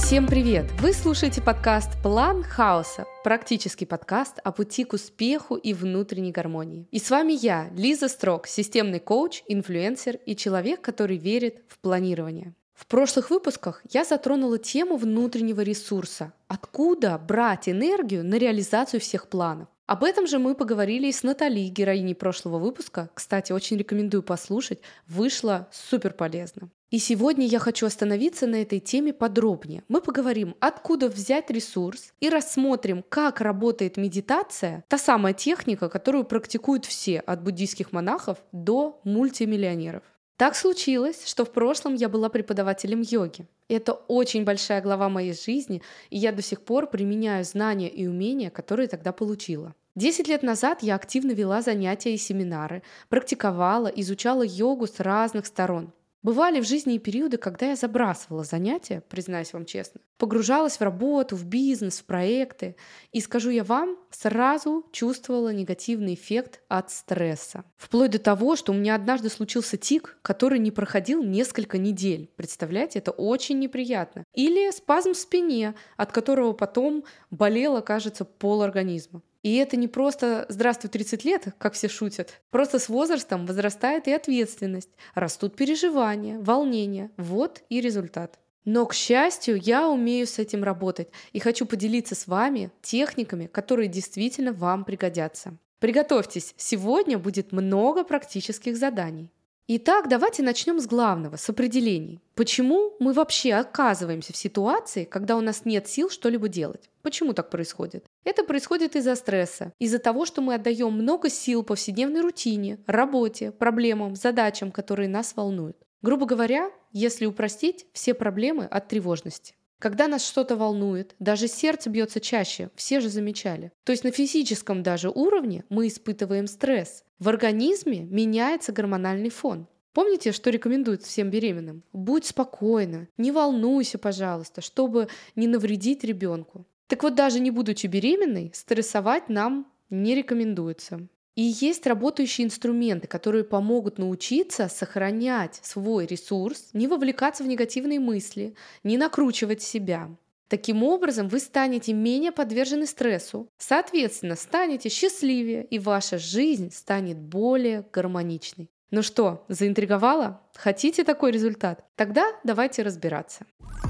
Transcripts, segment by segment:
Всем привет! Вы слушаете подкаст «План хаоса», практический подкаст о пути к успеху и внутренней гармонии. И с вами я, Лиза Строк, системный коуч, инфлюенсер и человек, который верит в планирование. В прошлых выпусках я затронула тему внутреннего ресурса. Откуда брать энергию на реализацию всех планов? Об этом же мы поговорили и с Натали, героиней прошлого выпуска. Кстати, очень рекомендую послушать, вышло супер полезно. И сегодня я хочу остановиться на этой теме подробнее. Мы поговорим, откуда взять ресурс, и рассмотрим, как работает медитация, та самая техника, которую практикуют все, от буддийских монахов до мультимиллионеров. Так случилось, что в прошлом я была преподавателем йоги. Это очень большая глава моей жизни, и я до сих пор применяю знания и умения, которые тогда получила. 10 лет назад я активно вела занятия и семинары, практиковала, изучала йогу с разных сторон. Бывали в жизни и периоды, когда я забрасывала занятия, признаюсь вам честно, погружалась в работу, в бизнес, в проекты. И скажу я вам, сразу чувствовала негативный эффект от стресса. Вплоть до того, что у меня однажды случился тик, который не проходил несколько недель. Представляете, это очень неприятно. Или спазм в спине, от которого потом болело, кажется, полорганизма. И это не просто «здравствуй, 30 лет», как все шутят. Просто с возрастом возрастает и ответственность, растут переживания, волнения. Вот и результат. Но, к счастью, я умею с этим работать и хочу поделиться с вами техниками, которые действительно вам пригодятся. Приготовьтесь, сегодня будет много практических заданий. Итак, давайте начнем с главного, с определений. Почему мы вообще оказываемся в ситуации, когда у нас нет сил что-либо делать? Почему так происходит? Это происходит из-за стресса, из-за того, что мы отдаем много сил повседневной рутине, работе, проблемам, задачам, которые нас волнуют. Грубо говоря, если упростить, все проблемы от тревожности. Когда нас что-то волнует, даже сердце бьется чаще, все же замечали. То есть на физическом даже уровне мы испытываем стресс. В организме меняется гормональный фон. Помните, что рекомендуют всем беременным? Будь спокойна, не волнуйся, пожалуйста, чтобы не навредить ребенку. Так вот, даже не будучи беременной, стрессовать нам не рекомендуется. И есть работающие инструменты, которые помогут научиться сохранять свой ресурс, не вовлекаться в негативные мысли, не накручивать себя. Таким образом, вы станете менее подвержены стрессу, соответственно, станете счастливее, и ваша жизнь станет более гармоничной. Ну что, заинтриговала? Хотите такой результат? Тогда давайте разбираться.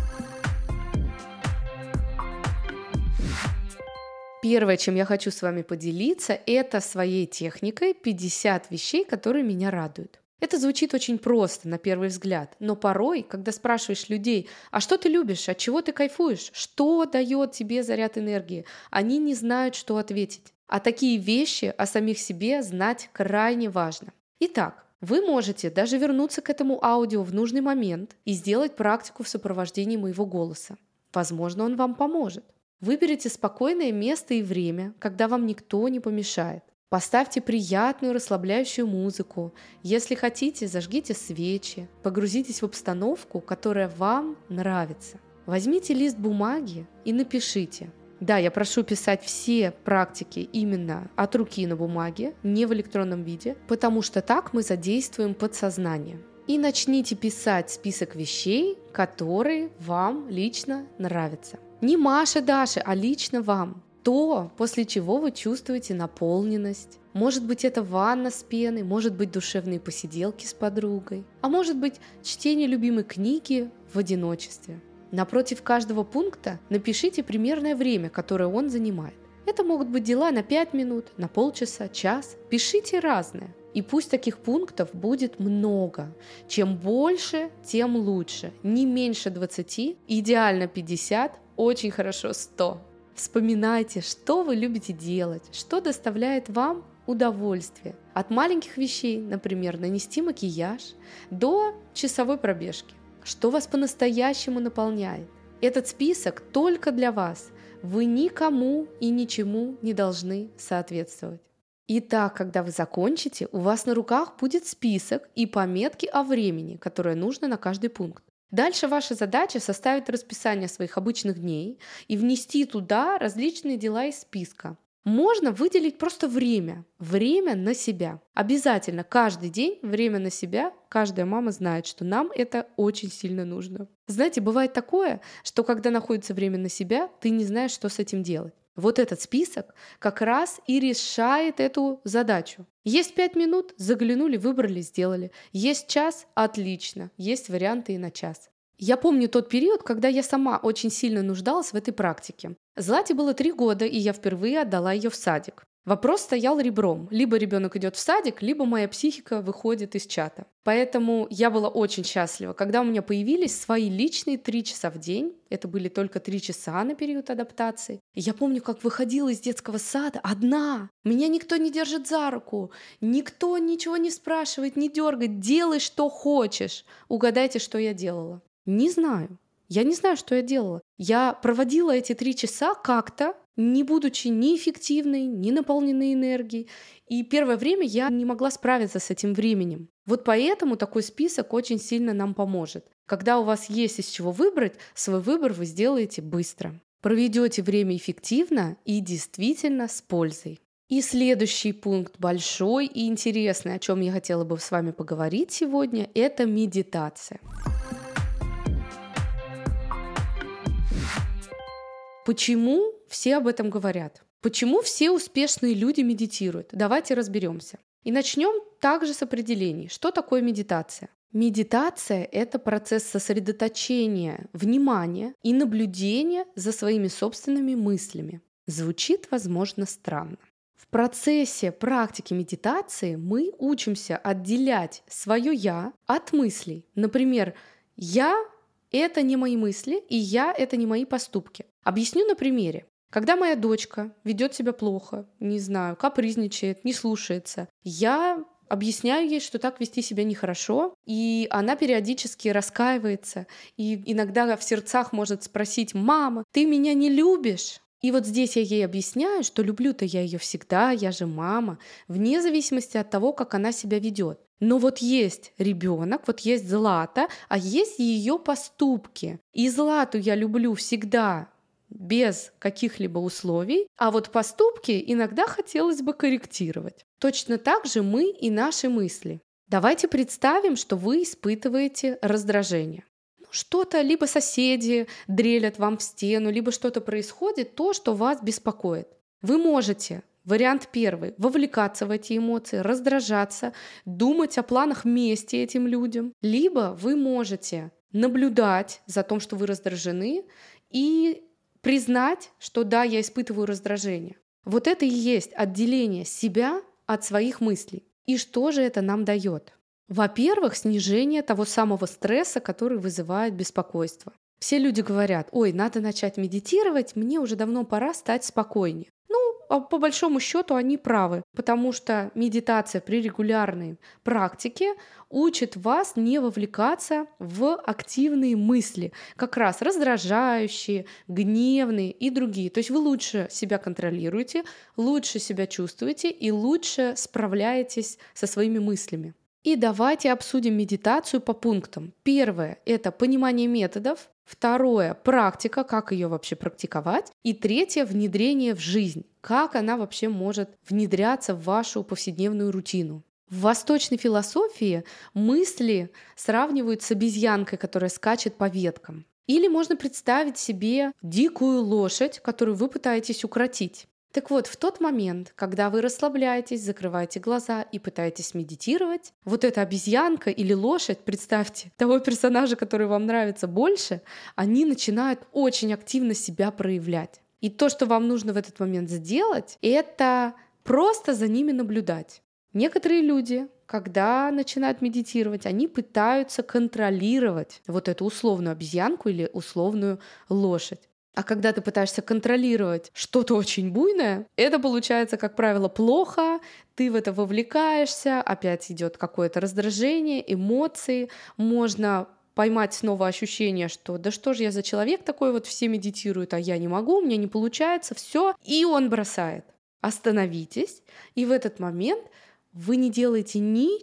Первое, чем я хочу с вами поделиться, это своей техникой 50 вещей, которые меня радуют. Это звучит очень просто на первый взгляд, но порой, когда спрашиваешь людей, а что ты любишь, от чего ты кайфуешь, что дает тебе заряд энергии, они не знают, что ответить. А такие вещи о самих себе знать крайне важно. Итак, вы можете даже вернуться к этому аудио в нужный момент и сделать практику в сопровождении моего голоса. Возможно, он вам поможет. Выберите спокойное место и время, когда вам никто не помешает. Поставьте приятную расслабляющую музыку. Если хотите, зажгите свечи. Погрузитесь в обстановку, которая вам нравится. Возьмите лист бумаги и напишите. Да, я прошу писать все практики именно от руки на бумаге, не в электронном виде, потому что так мы задействуем подсознание. И начните писать список вещей, которые вам лично нравятся. Не Маше, Даше, а лично вам. То, после чего вы чувствуете наполненность. Может быть, это ванна с пеной, может быть, душевные посиделки с подругой, а может быть, чтение любимой книги в одиночестве. Напротив каждого пункта напишите примерное время, которое он занимает. Это могут быть дела на 5 минут, на полчаса, час. Пишите разное. И пусть таких пунктов будет много. Чем больше, тем лучше. Не меньше 20, идеально 50, очень хорошо 100. Вспоминайте, что вы любите делать, что доставляет вам удовольствие. От маленьких вещей, например, нанести макияж, до часовой пробежки. Что вас по-настоящему наполняет. Этот список только для вас. Вы никому и ничему не должны соответствовать. Итак, когда вы закончите, у вас на руках будет список и пометки о времени, которое нужно на каждый пункт. Дальше ваша задача составить расписание своих обычных дней и внести туда различные дела из списка. Можно выделить просто время на себя. Обязательно каждый день время на себя. Каждая мама знает, что нам это очень сильно нужно. Знаете, бывает такое, что когда находится время на себя, ты не знаешь, что с этим делать. Вот этот список как раз и решает эту задачу. Есть 5 минут, заглянули, выбрали, сделали. Есть час, отлично. Есть варианты и на час. Я помню тот период, когда я сама очень сильно нуждалась в этой практике. Злате было 3 года, и я впервые отдала ее в садик. Вопрос стоял ребром. Либо ребенок идет в садик, либо моя психика выходит из чата. Поэтому я была очень счастлива, когда у меня появились свои личные 3 часа в день. Это были только 3 часа на период адаптации. И я помню, как выходила из детского сада одна. Меня никто не держит за руку, никто ничего не спрашивает, не дергает. Делай, что хочешь. Угадайте, что я делала. Не знаю. Я не знаю, что я делала. Я проводила эти 3 часа как-то, не будучи ни эффективной, ни наполненной энергией. И первое время я не могла справиться с этим временем. Вот поэтому такой список очень сильно нам поможет. Когда у вас есть из чего выбрать, свой выбор вы сделаете быстро. Проведете время эффективно и действительно с пользой. И следующий пункт большой и интересный, о чем я хотела бы с вами поговорить сегодня, это медитация. Почему все об этом говорят? Почему все успешные люди медитируют? Давайте разберемся. И начнем также с определений. Что такое медитация? Медитация — это процесс сосредоточения внимания и наблюдения за своими собственными мыслями. Звучит, возможно, странно. В процессе практики медитации мы учимся отделять свое «я» от мыслей. Например, «я» — это не мои мысли, и «я» — это не мои поступки. Объясню на примере. Когда моя дочка ведет себя плохо, не знаю, капризничает, не слушается, я объясняю ей, что так вести себя нехорошо, и она периодически раскаивается, и иногда в сердцах может спросить: «Мама, ты меня не любишь?» И вот здесь я ей объясняю, что люблю-то я ее всегда, я же мама, вне зависимости от того, как она себя ведет. Но вот есть ребенок, вот есть Злата, а есть ее поступки. И Злату я люблю всегда, без каких-либо условий, а вот поступки иногда хотелось бы корректировать. Точно так же мы и наши мысли. Давайте представим, что вы испытываете раздражение. Что-то, либо соседи дрелят вам в стену, либо что-то происходит, то, что вас беспокоит. Вы можете, вариант первый, вовлекаться в эти эмоции, раздражаться, думать о планах мести этим людям, либо вы можете наблюдать за тем, что вы раздражены, и признать, что да, я испытываю раздражение. Вот это и есть отделение себя от своих мыслей. И что же это нам дает? Во-первых, снижение того самого стресса, который вызывает беспокойство. Все люди говорят: ой, надо начать медитировать, мне уже давно пора стать спокойнее. А по большому счету они правы, потому что медитация при регулярной практике учит вас не вовлекаться в активные мысли, как раз раздражающие, гневные и другие. То есть вы лучше себя контролируете, лучше себя чувствуете и лучше справляетесь со своими мыслями. И давайте обсудим медитацию по пунктам. Первое — это понимание методов. Второе — практика, как ее вообще практиковать. И третье — внедрение в жизнь. Как она вообще может внедряться в вашу повседневную рутину. В восточной философии мысли сравнивают с обезьянкой, которая скачет по веткам. Или можно представить себе дикую лошадь, которую вы пытаетесь укротить. Так вот, в тот момент, когда вы расслабляетесь, закрываете глаза и пытаетесь медитировать, вот эта обезьянка или лошадь, представьте, того персонажа, который вам нравится больше, они начинают очень активно себя проявлять. И то, что вам нужно в этот момент сделать, это просто за ними наблюдать. Некоторые люди, когда начинают медитировать, они пытаются контролировать вот эту условную обезьянку или условную лошадь. А когда ты пытаешься контролировать что-то очень буйное, это получается, как правило, плохо, ты в это вовлекаешься, опять идет какое-то раздражение, эмоции, можно поймать снова ощущение, что да что же я за человек такой, вот все медитируют, а я не могу, у меня не получается, все, и он бросает. Остановитесь, и в этот момент вы не делаете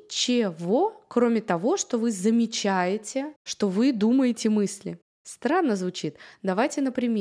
ничего, кроме того, что вы замечаете, что вы думаете мысли. Странно звучит. Давайте на примере.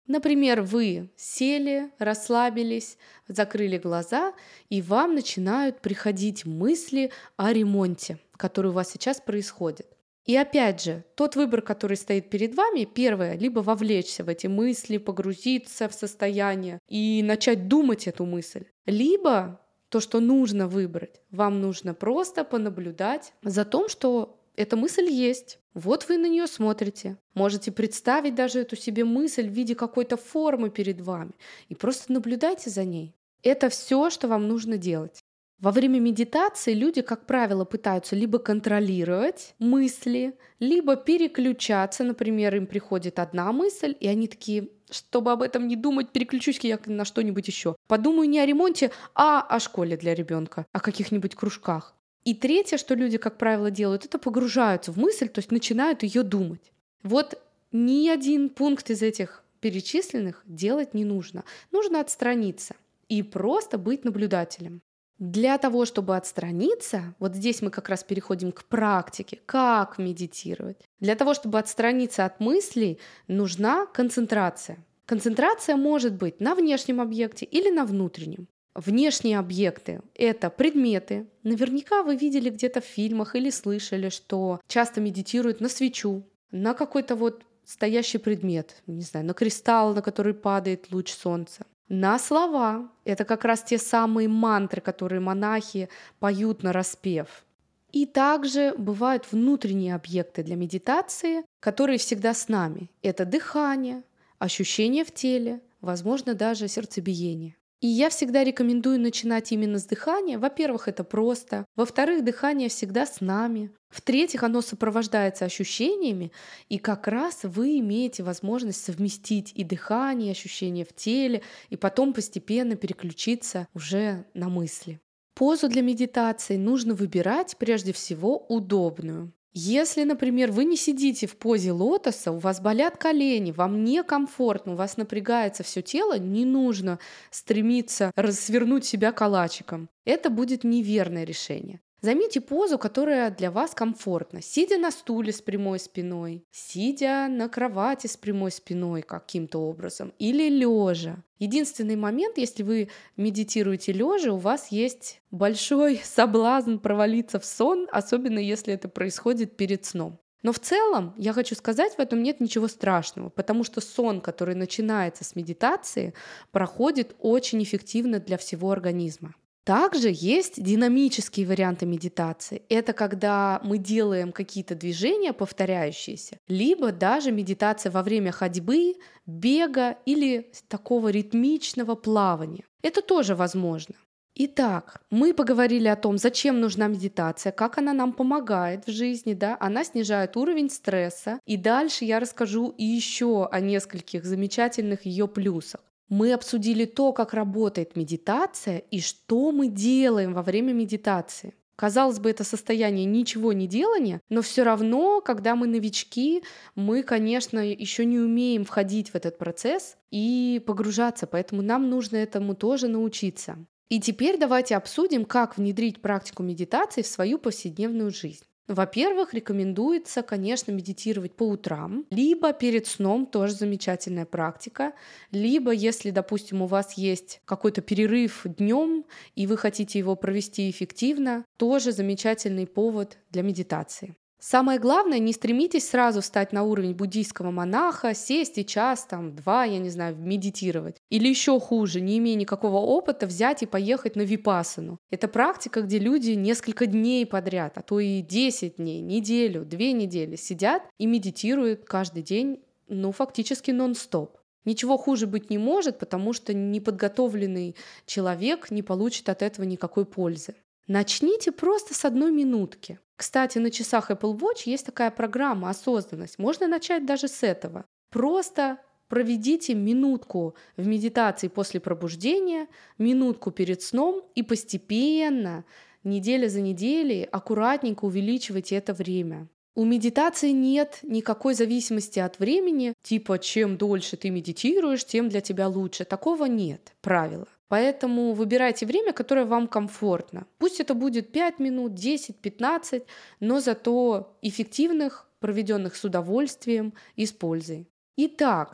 Например, вы сели, расслабились, закрыли глаза, и вам начинают приходить мысли о ремонте, который у вас сейчас происходит. И опять же, тот выбор, который стоит перед вами, первое, либо вовлечься в эти мысли, погрузиться в состояние и начать думать эту мысль, либо то, что нужно выбрать, вам нужно просто понаблюдать за тем, что эта мысль есть. Вот вы на нее смотрите. Можете представить даже эту себе мысль в виде какой-то формы перед вами и просто наблюдайте за ней. Это все, что вам нужно делать. Во время медитации люди, как правило, пытаются либо контролировать мысли, либо переключаться. Например, им приходит одна мысль, и они такие: чтобы об этом не думать, переключусь-ка я на что-нибудь еще. Подумаю не о ремонте, а о школе для ребенка, о каких-нибудь кружках. И третье, что люди, как правило, делают, это погружаются в мысль, то есть начинают ее думать. Вот ни один пункт из этих перечисленных делать не нужно. Нужно отстраниться и просто быть наблюдателем. Для того, чтобы отстраниться, вот здесь мы как раз переходим к практике, как медитировать. Для того, чтобы отстраниться от мыслей, нужна концентрация. Концентрация может быть на внешнем объекте или на внутреннем. Внешние объекты — это предметы. Наверняка вы видели где-то в фильмах или слышали, что часто медитируют на свечу, на какой-то вот стоящий предмет, не знаю, на кристалл, на который падает луч солнца. На слова. Это как раз те самые мантры, которые монахи поют нараспев. И также бывают внутренние объекты для медитации, которые всегда с нами. Это дыхание, ощущения в теле, возможно, даже сердцебиение. И я всегда рекомендую начинать именно с дыхания. Во-первых, это просто. Во-вторых, дыхание всегда с нами. В-третьих, оно сопровождается ощущениями, и как раз вы имеете возможность совместить и дыхание, и ощущения в теле, и потом постепенно переключиться уже на мысли. Позу для медитации нужно выбирать прежде всего удобную. Если, например, вы не сидите в позе лотоса, у вас болят колени, вам некомфортно, у вас напрягается все тело, не нужно стремиться развернуть себя калачиком. Это будет неверное решение. Займите позу, которая для вас комфортна. Сидя на стуле с прямой спиной, сидя на кровати с прямой спиной каким-то образом, или лежа. Единственный момент, если вы медитируете лежа, у вас есть большой соблазн провалиться в сон, особенно если это происходит перед сном. Но в целом, я хочу сказать, в этом нет ничего страшного, потому что сон, который начинается с медитации, проходит очень эффективно для всего организма. Также есть динамические варианты медитации. Это когда мы делаем какие-то движения повторяющиеся, либо даже медитация во время ходьбы, бега или такого ритмичного плавания. Это тоже возможно. Итак, мы поговорили о том, зачем нужна медитация, как она нам помогает в жизни, да? Она снижает уровень стресса. И дальше я расскажу еще о нескольких замечательных ее плюсах. Мы обсудили то, как работает медитация и что мы делаем во время медитации. Казалось бы, это состояние ничего не делания, но все равно, когда мы новички, мы, конечно, еще не умеем входить в этот процесс и погружаться, поэтому нам нужно этому тоже научиться. И теперь давайте обсудим, как внедрить практику медитации в свою повседневную жизнь. Во-первых, рекомендуется, конечно, медитировать по утрам, либо перед сном, тоже замечательная практика, либо, если, допустим, у вас есть какой-то перерыв днем, и вы хотите его провести эффективно, тоже замечательный повод для медитации. Самое главное, не стремитесь сразу встать на уровень буддийского монаха, сесть и час, два, я не знаю, медитировать. Или еще хуже, не имея никакого опыта, взять и поехать на випассану. Это практика, где люди несколько дней подряд, а то и 10 дней, неделю, 2 недели сидят и медитируют каждый день, фактически нон-стоп. Ничего хуже быть не может, потому что неподготовленный человек не получит от этого никакой пользы. Начните просто с 1 минутки. Кстати, на часах Apple Watch есть такая программа «Осознанность». Можно начать даже с этого. Просто проведите минутку в медитации после пробуждения, минутку перед сном и постепенно, неделя за неделей, аккуратненько увеличивайте это время. У медитации нет никакой зависимости от времени, типа чем дольше ты медитируешь, тем для тебя лучше. Такого нет правила. Поэтому выбирайте время, которое вам комфортно. Пусть это будет 5 минут, 10, 15, но зато эффективных, проведенных с удовольствием и с пользой. Итак,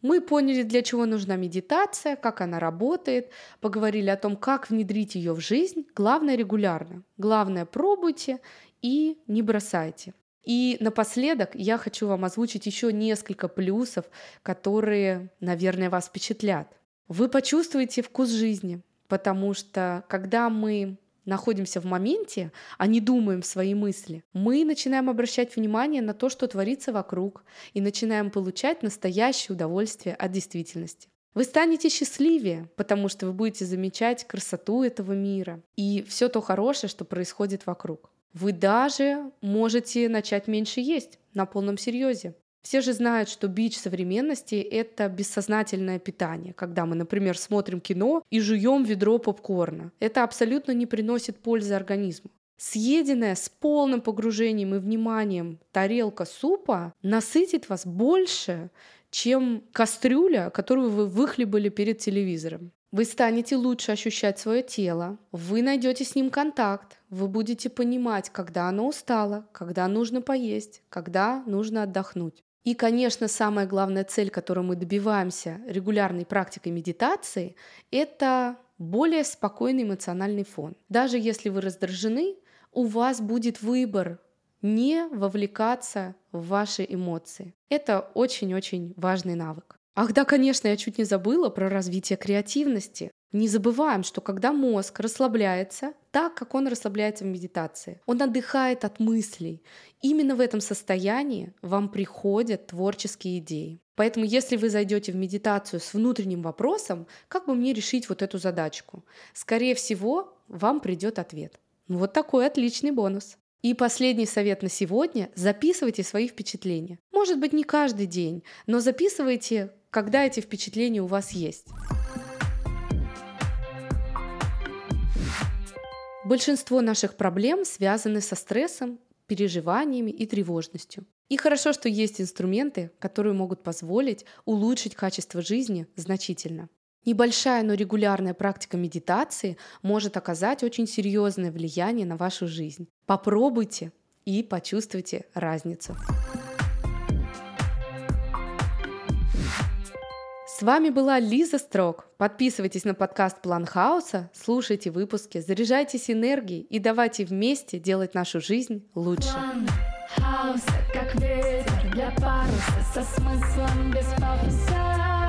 Мы поняли, для чего нужна медитация, как она работает, поговорили о том, как внедрить ее в жизнь. Главное регулярно. Главное пробуйте и не бросайте. И напоследок я хочу вам озвучить еще несколько плюсов, которые, наверное, вас впечатлят. Вы почувствуете вкус жизни, потому что когда мы находимся в моменте, а не думаем свои мысли, мы начинаем обращать внимание на то, что творится вокруг, и начинаем получать настоящее удовольствие от действительности. Вы станете счастливее, потому что вы будете замечать красоту этого мира и все то хорошее, что происходит вокруг. Вы даже можете начать меньше есть на полном серьезе. Все же знают, что бич современности — это бессознательное питание, когда мы, например, смотрим кино и жуем ведро попкорна. Это абсолютно не приносит пользы организму. Съеденная с полным погружением и вниманием тарелка супа насытит вас больше, чем кастрюля, которую вы выхлебали перед телевизором. Вы станете лучше ощущать свое тело, вы найдете с ним контакт, вы будете понимать, когда оно устало, когда нужно поесть, когда нужно отдохнуть. И, конечно, самая главная цель, которую мы добиваемся регулярной практикой медитации, это более спокойный эмоциональный фон. Даже если вы раздражены, у вас будет выбор не вовлекаться в ваши эмоции. Это очень-очень важный навык. Ах да, конечно, я чуть не забыла про развитие креативности. Не забываем, что когда мозг расслабляется, так как он расслабляется в медитации, он отдыхает от мыслей. Именно в этом состоянии вам приходят творческие идеи. Поэтому если вы зайдете в медитацию с внутренним вопросом, как бы мне решить вот эту задачку, скорее всего, вам придет ответ. Вот такой отличный бонус. И последний совет на сегодня — записывайте свои впечатления. Может быть, не каждый день, но записывайте, когда эти впечатления у вас есть. Большинство наших проблем связаны со стрессом, переживаниями и тревожностью. И хорошо, что есть инструменты, которые могут позволить улучшить качество жизни значительно. Небольшая, но регулярная практика медитации может оказать очень серьезное влияние на вашу жизнь. Попробуйте и почувствуйте разницу. С вами была Лиза Строк. Подписывайтесь на подкаст «План Хаоса», слушайте выпуски, заряжайтесь энергией и давайте вместе делать нашу жизнь лучше. План хаоса, как ветер для паруса, со смыслом без пафоса.